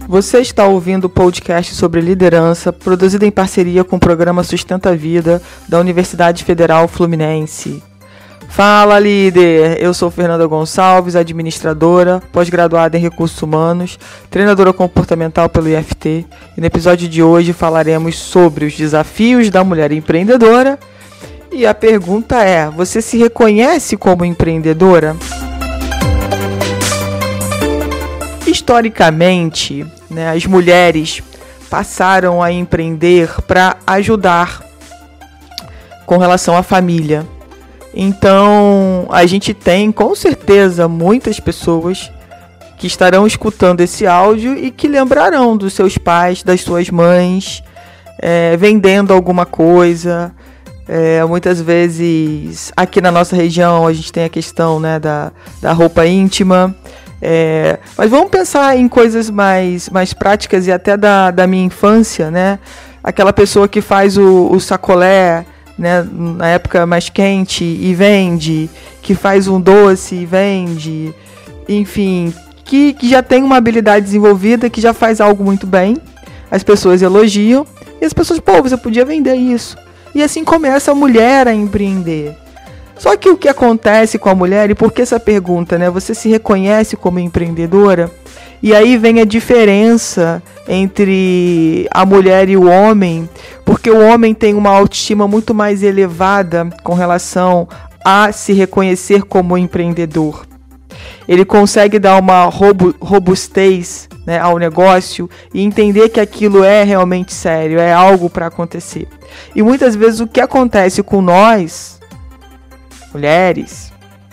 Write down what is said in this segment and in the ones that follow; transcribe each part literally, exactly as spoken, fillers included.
Você está ouvindo o podcast sobre liderança, produzido em parceria com o programa Sustenta a Vida da Universidade Federal Fluminense. Fala, líder! Eu sou Fernanda Gonçalves, administradora, pós-graduada em Recursos Humanos, treinadora comportamental pelo I F T, e no episódio de hoje falaremos sobre os desafios da mulher empreendedora. E a pergunta é: você se reconhece como empreendedora? Historicamente, né, as mulheres passaram a empreender para ajudar com relação à família. Então, a gente tem, com certeza, muitas pessoas que estarão escutando esse áudio e que lembrarão dos seus pais, das suas mães, é, vendendo alguma coisa. É, muitas vezes, aqui na nossa região, a gente tem a questão, né, da, da roupa íntima. É, mas vamos pensar em coisas mais, mais práticas e até da, da minha infância, né? Aquela pessoa que faz o, o sacolé, né, na época mais quente e vende, que faz um doce e vende, enfim, que, que já tem uma habilidade desenvolvida, que já faz algo muito bem, as pessoas elogiam e as pessoas, pô, você podia vender isso. E assim começa a mulher a empreender. Só que o que acontece com a mulher, e por que essa pergunta, né? Você se reconhece como empreendedora? E aí vem a diferença entre a mulher e o homem, porque o homem tem uma autoestima muito mais elevada com relação a se reconhecer como empreendedor. Ele consegue dar uma robu- robustez, né, ao negócio e entender que aquilo é realmente sério, é algo para acontecer. E muitas vezes o que acontece com nós, mulheres,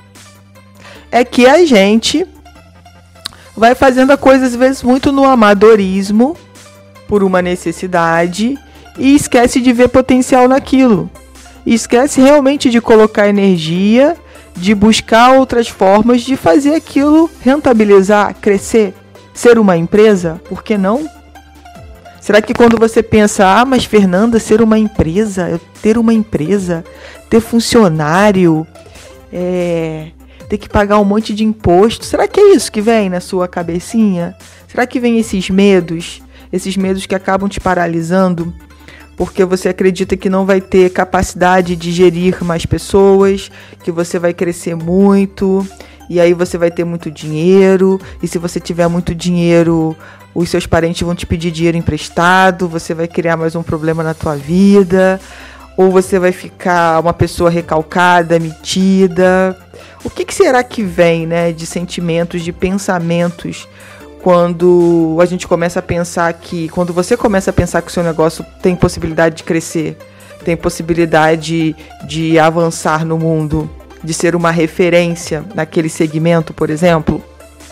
é que a gente vai fazendo a coisa às vezes muito no amadorismo, por uma necessidade, e esquece de ver potencial naquilo. E esquece realmente de colocar energia, de buscar outras formas de fazer aquilo rentabilizar, crescer, ser uma empresa, por que não? Será que quando você pensa, ah, mas Fernanda, ser uma empresa, eu ter uma empresa, ter funcionário, é, ter que pagar um monte de imposto, será que é isso que vem na sua cabecinha? Será que vem esses medos, esses medos que acabam te paralisando, porque você acredita que não vai ter capacidade de gerir mais pessoas, que você vai crescer muito, e aí você vai ter muito dinheiro, e se você tiver muito dinheiro, os seus parentes vão te pedir dinheiro emprestado, você vai criar mais um problema na tua vida, ou você vai ficar uma pessoa recalcada, metida. O que, que será que vem, né, de sentimentos, de pensamentos, quando a gente começa a pensar que, quando você começa a pensar que o seu negócio tem possibilidade de crescer, tem possibilidade de avançar no mundo, de ser uma referência naquele segmento, por exemplo?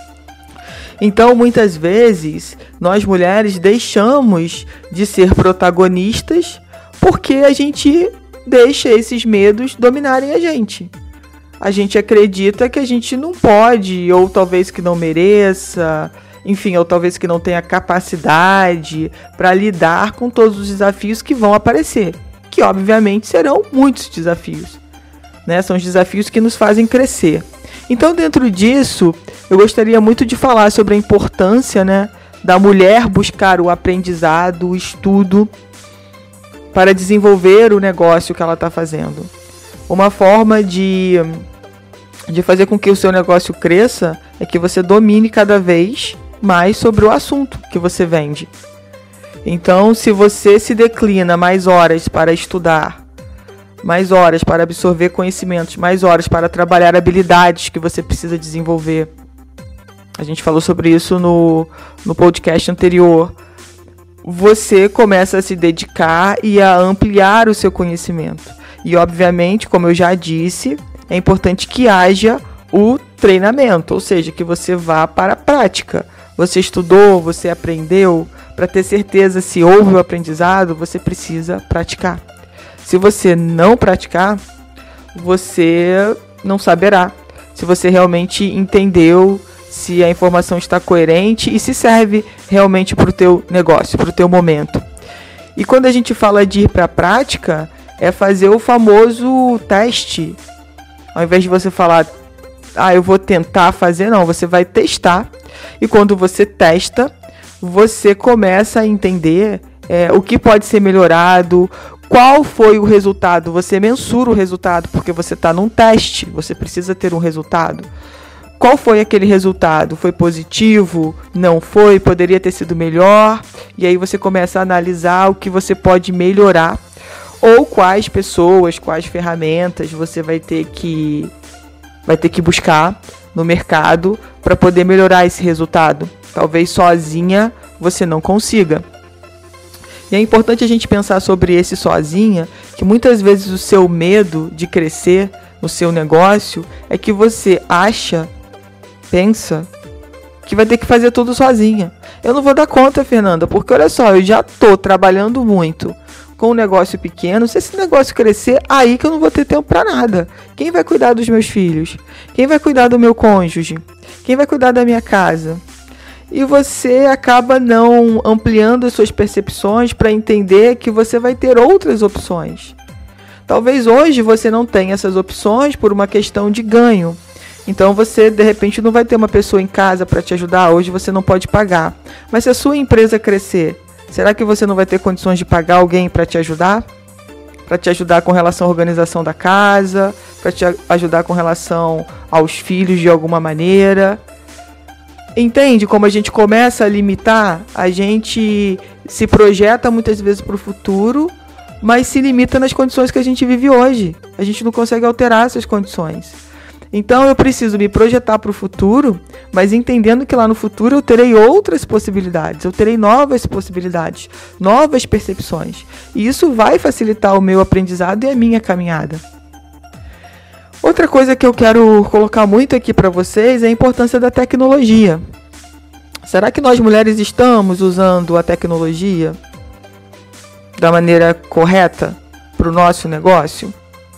Então, muitas vezes, nós mulheres deixamos de ser protagonistas porque a gente deixa esses medos dominarem a gente. A gente acredita que a gente não pode, ou talvez que não mereça, enfim, ou talvez que não tenha capacidade para lidar com todos os desafios que vão aparecer, que obviamente serão muitos desafios, né? São os desafios que nos fazem crescer. Então, dentro disso, eu gostaria muito de falar sobre a importância, né, da mulher buscar o aprendizado, o estudo, para desenvolver o negócio que ela está fazendo. Uma forma de, de fazer com que o seu negócio cresça é que você domine cada vez mais sobre o assunto que você vende. Então, se você se declina mais horas para estudar, mais horas para absorver conhecimentos, mais horas para trabalhar habilidades que você precisa desenvolver. A gente falou sobre isso no, no podcast anterior. Você começa a se dedicar e a ampliar o seu conhecimento. E, obviamente, como eu já disse, é importante que haja o treinamento, ou seja, que você vá para a prática. Você estudou, você aprendeu. Para ter certeza se houve o aprendizado, você precisa praticar. Se você não praticar, você não saberá se você realmente entendeu, se a informação está coerente e se serve realmente para o teu negócio, para o teu momento. E quando a gente fala de ir para a prática, é fazer o famoso teste. Ao invés de você falar, ah, eu vou tentar fazer, não, você vai testar. E quando você testa, você começa a entender é, o que pode ser melhorado, qual foi o resultado, você mensura o resultado, porque você está num teste, você precisa ter um resultado. Qual foi aquele resultado? Foi positivo? Não foi? Poderia ter sido melhor? E aí você começa a analisar o que você pode melhorar, ou quais pessoas, quais ferramentas você vai ter que, vai ter que buscar no mercado para poder melhorar esse resultado. Talvez sozinha você não consiga. E é importante a gente pensar sobre esse sozinha, que muitas vezes o seu medo de crescer no seu negócio é que você acha, pensa, que vai ter que fazer tudo sozinha. Eu não vou dar conta, Fernanda, porque olha só, eu já estou trabalhando muito com um negócio pequeno. Se esse negócio crescer, aí que eu não vou ter tempo para nada. Quem vai cuidar dos meus filhos? Quem vai cuidar do meu cônjuge? Quem vai cuidar da minha casa? E você acaba não ampliando as suas percepções para entender que você vai ter outras opções. Talvez hoje você não tenha essas opções por uma questão de ganho. Então você, de repente, não vai ter uma pessoa em casa para te ajudar. Hoje você não pode pagar. Mas se a sua empresa crescer, será que você não vai ter condições de pagar alguém para te ajudar? Para te ajudar com relação à organização da casa, para te ajudar com relação aos filhos de alguma maneira. Entende como a gente começa a limitar? A gente se projeta muitas vezes para o futuro, mas se limita nas condições que a gente vive hoje. A gente não consegue alterar essas condições. Então eu preciso me projetar para o futuro, mas entendendo que lá no futuro eu terei outras possibilidades, eu terei novas possibilidades, novas percepções. E isso vai facilitar o meu aprendizado e a minha caminhada. Outra coisa que eu quero colocar muito aqui para vocês é a importância da tecnologia. Será que nós mulheres estamos usando a tecnologia da maneira correta para o nosso negócio?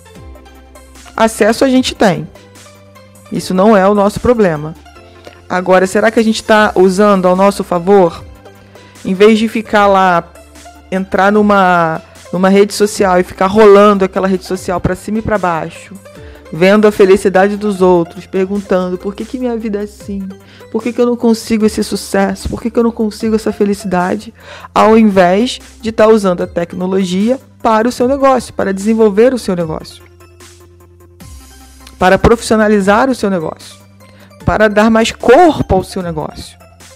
Acesso a gente tem. Isso não é o nosso problema. Agora, será que a gente está usando ao nosso favor? Em vez de ficar lá, entrar numa, numa rede social e ficar rolando aquela rede social para cima e para baixo, vendo a felicidade dos outros, perguntando por que, que minha vida é assim? Por que, que eu não consigo esse sucesso? Por que, que eu não consigo essa felicidade? Ao invés de estar tá usando a tecnologia para o seu negócio, para desenvolver o seu negócio, para profissionalizar o seu negócio, para dar mais corpo ao seu negócio.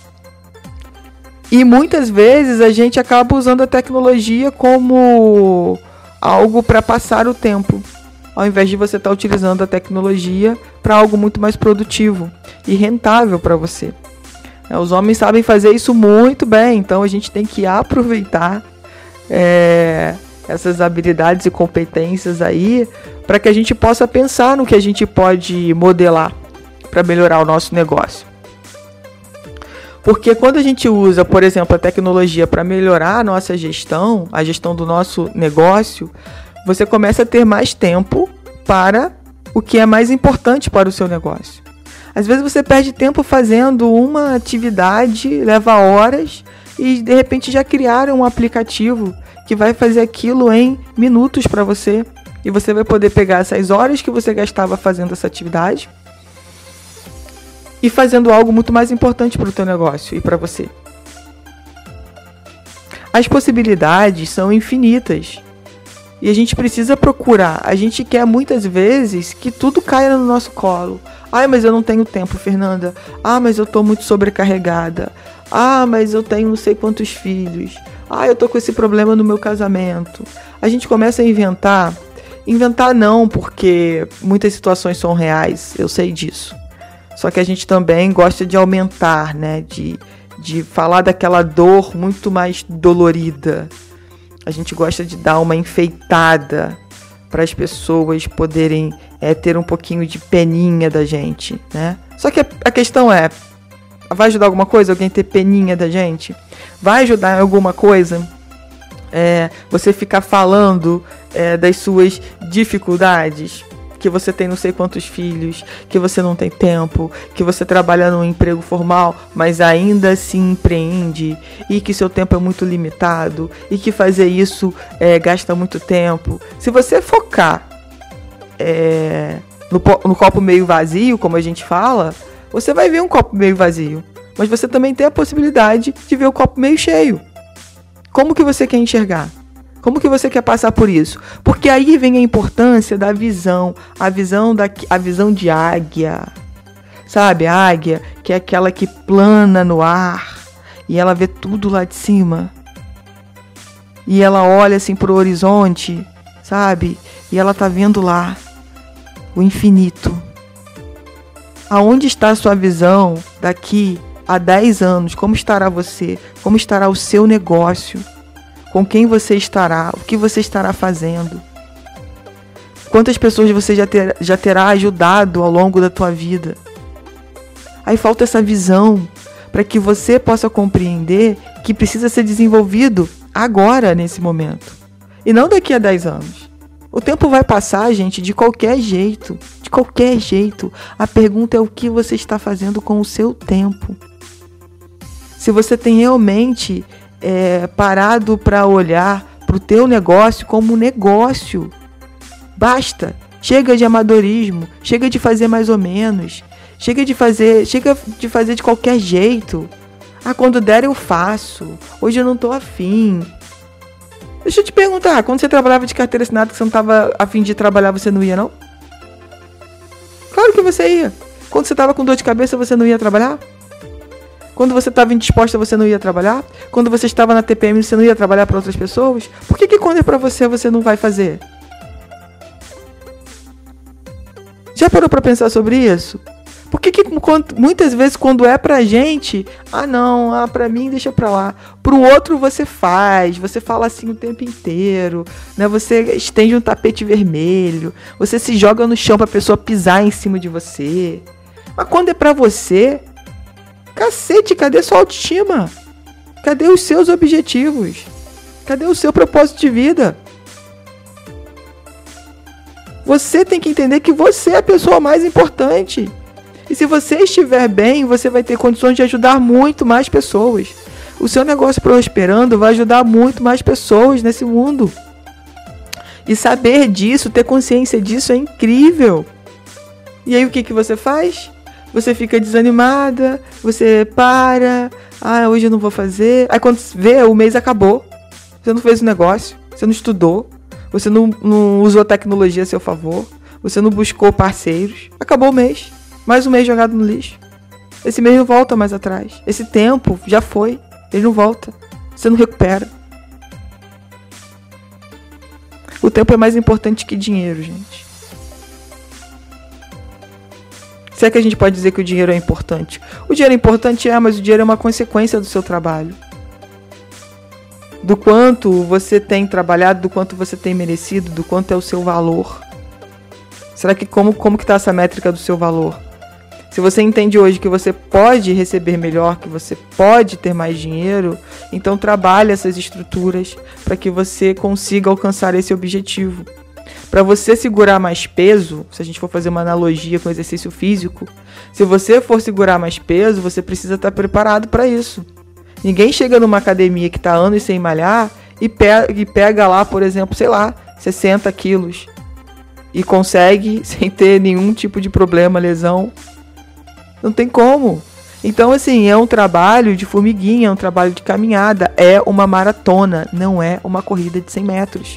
E muitas vezes a gente acaba usando a tecnologia como algo para passar o tempo, ao invés de você estar utilizando a tecnologia para algo muito mais produtivo e rentável para você. Os homens sabem fazer isso muito bem, então a gente tem que aproveitar é, essas habilidades e competências aí para que a gente possa pensar no que a gente pode modelar para melhorar o nosso negócio. Porque quando a gente usa, por exemplo, a tecnologia para melhorar a nossa gestão, a gestão do nosso negócio, você começa a ter mais tempo para o que é mais importante para o seu negócio. Às vezes você perde tempo fazendo uma atividade, leva horas, e de repente já criaram um aplicativo que vai fazer aquilo em minutos para você. E você vai poder pegar essas horas que você gastava fazendo essa atividade e fazendo algo muito mais importante para o teu negócio e para você. As possibilidades são infinitas e a gente precisa procurar. A gente quer muitas vezes que tudo caia no nosso colo. Ai, mas eu não tenho tempo, Fernanda. Ah, mas eu estou muito sobrecarregada. Ah, mas eu tenho não sei quantos filhos. Ah, eu estou com esse problema no meu casamento. A gente começa a inventar. Inventar não, porque muitas situações são reais, eu sei disso. Só que a gente também gosta de aumentar, né? De, de falar daquela dor muito mais dolorida. A gente gosta de dar uma enfeitada para as pessoas poderem é, ter um pouquinho de peninha da gente, né? Só que a, a questão é, vai ajudar alguma coisa alguém ter peninha da gente? Vai ajudar em alguma coisa é, você ficar falando é, das suas dificuldades? Que você tem não sei quantos filhos, que você não tem tempo, que você trabalha num emprego formal, mas ainda assim empreende, e que seu tempo é muito limitado, e que fazer isso é, gasta muito tempo. Se você focar é, no, no copo meio vazio, como a gente fala, você vai ver um copo meio vazio. mas você também tem a possibilidade de ver o copo meio cheio. Como que você quer enxergar? Como que você quer passar por isso? Porque aí vem a importância da visão, a visão, da, a visão de águia. Sabe, a águia, que é aquela que plana no ar e ela vê tudo lá de cima. E ela olha assim pro horizonte, sabe? E ela tá vendo lá o infinito. Aonde está a sua visão daqui a dez anos? Como estará você? Como estará o seu negócio? Com quem você estará? O que você estará fazendo? Quantas pessoas você já, ter, já terá ajudado ao longo da tua vida? Aí falta essa visão para que você possa compreender que precisa ser desenvolvido agora, nesse momento. E não daqui a dez anos. O tempo vai passar, gente, de qualquer jeito. De qualquer jeito. A pergunta é o que você está fazendo com o seu tempo. Se você tem realmente é, parado para olhar para o teu negócio como negócio. Basta. Chega de amadorismo. Chega de fazer mais ou menos. Chega de fazer, chega de fazer de qualquer jeito. Ah, quando der eu faço. Hoje eu não tô afim. Deixa eu te perguntar, quando você trabalhava de carteira assinada que você não estava afim de trabalhar, você não ia, não? Claro que você ia. Quando você estava com dor de cabeça, você não ia trabalhar? Quando você estava indisposta, você não ia trabalhar? Quando você estava na T P M, você não ia trabalhar para outras pessoas? Por que que quando é para você, você não vai fazer? Já parou para pensar sobre isso? Por que que muitas vezes quando é pra gente, ah não, ah, pra mim deixa pra lá. Pro outro você faz, você fala assim o tempo inteiro, né? Você estende um tapete vermelho, você se joga no chão pra pessoa pisar em cima de você. Mas quando é pra você, cacete, cadê sua autoestima? Cadê os seus objetivos? Cadê o seu propósito de vida? Você tem que entender que você é a pessoa mais importante. E se você estiver bem, você vai ter condições de ajudar muito mais pessoas. O seu negócio prosperando vai ajudar muito mais pessoas nesse mundo. E saber disso, ter consciência disso é incrível. E aí o que que você faz? Você fica desanimada, você para, ah, hoje eu não vou fazer. Aí quando vê, o mês acabou. Você não fez o negócio, você não estudou, você não, não usou a tecnologia a seu favor, você não buscou parceiros. Acabou o mês. Mais um mês jogado no lixo. Esse mês não volta mais atrás. Esse tempo já foi. Ele não volta. Você não recupera. O tempo é mais importante que dinheiro, gente. Se é que a gente pode dizer que o dinheiro é importante. O dinheiro é importante, é, mas o dinheiro é uma consequência do seu trabalho. Do quanto você tem trabalhado, do quanto você tem merecido, do quanto é o seu valor. Será que como, como que está essa métrica do seu valor? Se você entende hoje que você pode receber melhor, que você pode ter mais dinheiro, então trabalhe essas estruturas para que você consiga alcançar esse objetivo. Para você segurar mais peso, se a gente for fazer uma analogia com exercício físico, se você for segurar mais peso, você precisa estar preparado para isso. Ninguém chega numa academia que está anos sem malhar e pega, e pega lá, por exemplo, sei lá, sessenta quilos e consegue sem ter nenhum tipo de problema, lesão. Não tem como. Então, assim, é um trabalho de formiguinha, é um trabalho de caminhada, é uma maratona, não é uma corrida de cem metros.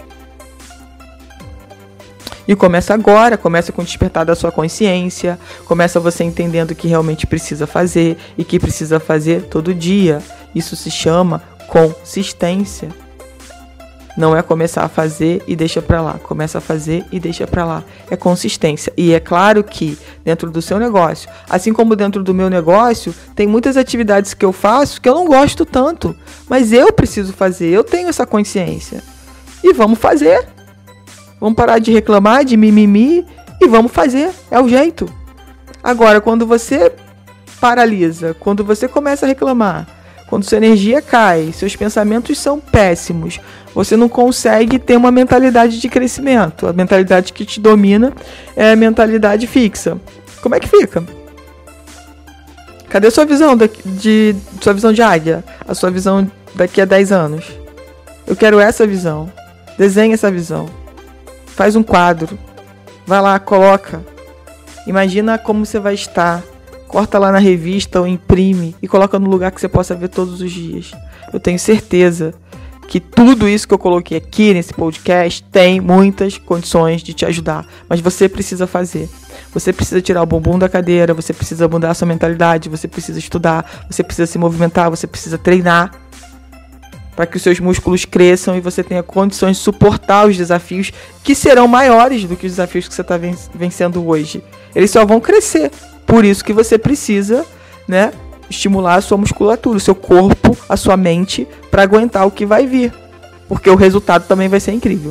E começa agora, começa com o despertar da sua consciência, começa você entendendo o que realmente precisa fazer e que precisa fazer todo dia. Isso se chama consistência. Não é começar a fazer e deixa pra lá. Começa a fazer e deixa pra lá. É consistência. E é claro que dentro do seu negócio, assim como dentro do meu negócio, tem muitas atividades que eu faço que eu não gosto tanto. Mas eu preciso fazer. Eu tenho essa consciência. E vamos fazer. Vamos parar de reclamar, de mimimi. E vamos fazer. É o jeito. Agora, quando você paralisa, quando você começa a reclamar, quando sua energia cai, seus pensamentos são péssimos, você não consegue ter uma mentalidade de crescimento. A mentalidade que te domina é a mentalidade fixa. Como é que fica? Cadê a sua visão de, de, sua visão de águia? A sua visão daqui a dez anos? Eu quero essa visão. Desenha essa visão. Faz um quadro. Vai lá, coloca. Imagina como você vai estar corta lá na revista ou imprime e coloca no lugar que você possa ver todos os dias. Eu tenho certeza que tudo isso que eu coloquei aqui nesse podcast tem muitas condições de te ajudar, mas você precisa fazer. Você precisa tirar o bumbum da cadeira, você precisa mudar a sua mentalidade, você precisa estudar, você precisa se movimentar, você precisa treinar para que os seus músculos cresçam e você tenha condições de suportar os desafios que serão maiores do que os desafios que você está vencendo hoje. Eles só vão crescer. Por isso que você precisa, né, estimular a sua musculatura, o seu corpo, a sua mente, para aguentar o que vai vir. Porque o resultado também vai ser incrível.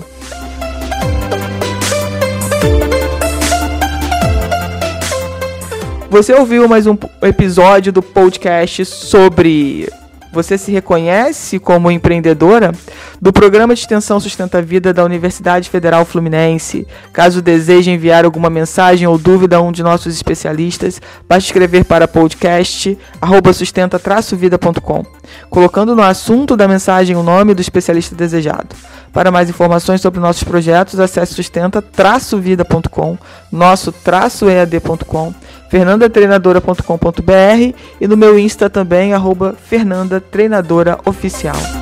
Você ouviu mais um episódio do podcast sobre... Você se reconhece como empreendedora? Do Programa de Extensão Sustenta a Vida da Universidade Federal Fluminense. Caso deseje enviar alguma mensagem ou dúvida a um de nossos especialistas, basta escrever para podcast arroba sustenta traço vida ponto com, colocando no assunto da mensagem o nome do especialista desejado. Para mais informações sobre nossos projetos, acesse sustenta traço vida ponto com, nosso traço E A D ponto com, fernanda treinadora ponto com ponto br e no meu Insta também, arroba Fernanda Treinadora Oficial.